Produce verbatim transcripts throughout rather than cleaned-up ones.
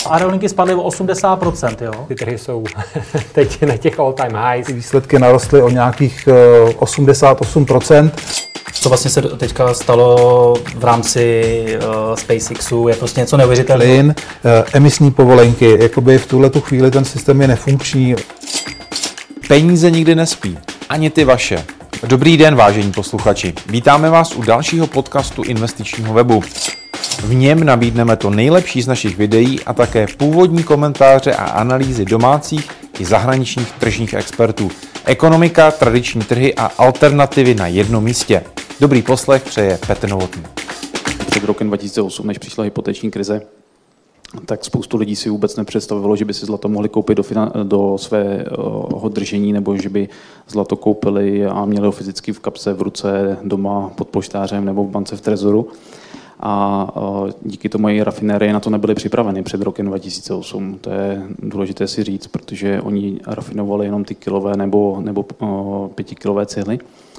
Aerolinky spadly o osmdesát procent, jo. Ty trhy jsou teď na těch all time highs. Ty výsledky narostly o nějakých osmdesát osm procent. Co vlastně se teďka stalo v rámci uh, SpaceXu, je prostě něco neuvěřitelného. Plyn, uh, emisní povolenky, jakoby v tuhletu chvíli ten systém je nefunkční. Peníze nikdy nespí, ani ty vaše. Dobrý den, vážení posluchači. Vítáme vás u dalšího podcastu investičního webu. V něm nabídneme to nejlepší z našich videí a také původní komentáře a analýzy domácích i zahraničních tržních expertů. Ekonomika, tradiční trhy a alternativy na jednom místě. Dobrý poslech přeje Petr Novotný. Před rokem dva tisíce osm, než přišla hypoteční krize, tak spoustu lidí si vůbec nepředstavovalo, že by si zlato mohli koupit do, finan- do svého držení, nebo že by zlato koupili a měli ho fyzicky v kapse, v ruce, doma pod poštářem nebo v bance v trezoru. A díky tomu i rafinérie na to nebyly připraveny před rokem dva tisíce osm. To je důležité si říct, protože oni rafinovali jenom ty kilové nebo, nebo pětikilové cihly.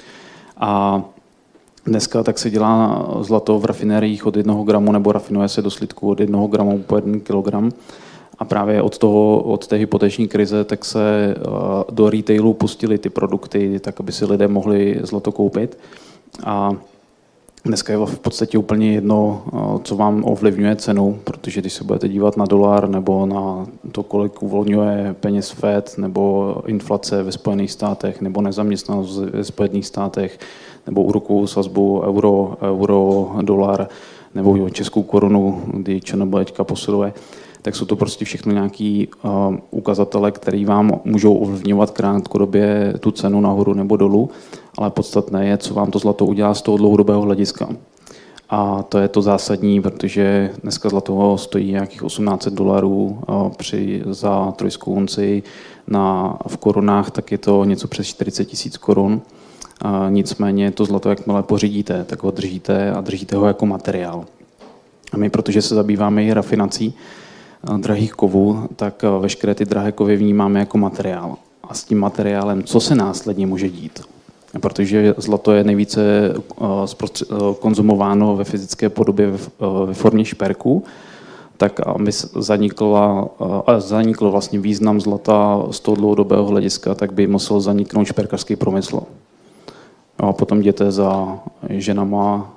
A dneska tak se dělá zlato v rafinériích od jednoho gramu, nebo rafinuje se do slitku od jednoho gramu po jeden kilogram. A právě od toho, od té hypoteční krize, tak se do retailu pustily ty produkty, tak aby si lidé mohli zlato koupit. A dneska je v podstatě úplně jedno, co vám ovlivňuje cenu, protože když se budete dívat na dolar nebo na to, kolik uvolňuje peněz Fed, nebo inflace ve Spojených státech, nebo nezaměstnanost ve Spojených státech, nebo úrokovou sazbu euro, euro, dolar, nebo českou korunu, kdy ČNB teďka posiluje, tak jsou to prostě všechno nějaký uh, ukazatele, které vám můžou ovlivňovat krátkodobě tu cenu nahoru nebo dolů, ale podstatné je, co vám to zlato udělá z toho dlouhodobého hlediska. A to je to zásadní, protože dneska zlato stojí nějakých osmnáct set dolarů uh, při, za trojskou unci, na, v korunách tak je to něco přes čtyřicet tisíc korun. A nicméně to zlato, jakmile pořídíte, tak ho držíte a držíte ho jako materiál. A my, protože se zabýváme i rafinací drahých kovů, tak veškeré ty drahé kovy vnímáme jako materiál. A s tím materiálem, co se následně může dít? Protože zlato je nejvíce konzumováno ve fyzické podobě ve formě šperků, tak aby zanikla, zanikl vlastně význam zlata z toho dlouhodobého hlediska, tak by musel zaniknout šperkařský průmysl. A potom jděte za ženama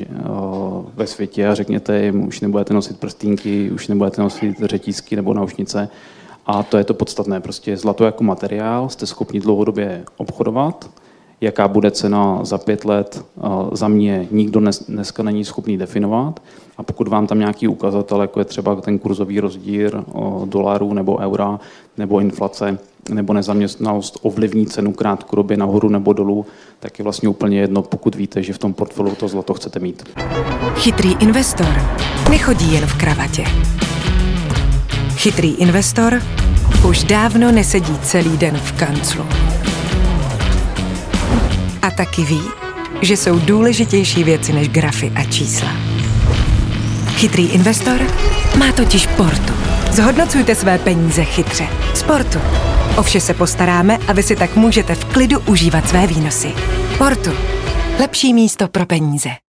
ve světě a řekněte jim, už nebudete nosit prstínky, už nebudete nosit řetízky nebo náušnice. A to je to podstatné. Prostě zlato jako materiál jste schopni dlouhodobě obchodovat. Jaká bude cena za pět let, za mě nikdo dneska není schopný definovat. A pokud vám tam nějaký ukazatel, jako je třeba ten kurzový rozdíl dolarů nebo eura, nebo inflace, nebo nezaměstnanost ovlivní cenu krátkodobě nahoru nebo dolů, tak je vlastně úplně jedno, pokud víte, že v tom portfoliu to zlato chcete mít. Chytrý investor nechodí jen v kravatě. Chytrý investor už dávno nesedí celý den v kanclu. A taky ví, že jsou důležitější věci než grafy a čísla. Chytrý investor má totiž Portu. Zhodnocujte své peníze chytře. S Portu. O vše se postaráme a vy si tak můžete v klidu užívat své výnosy. Portu. Lepší místo pro peníze.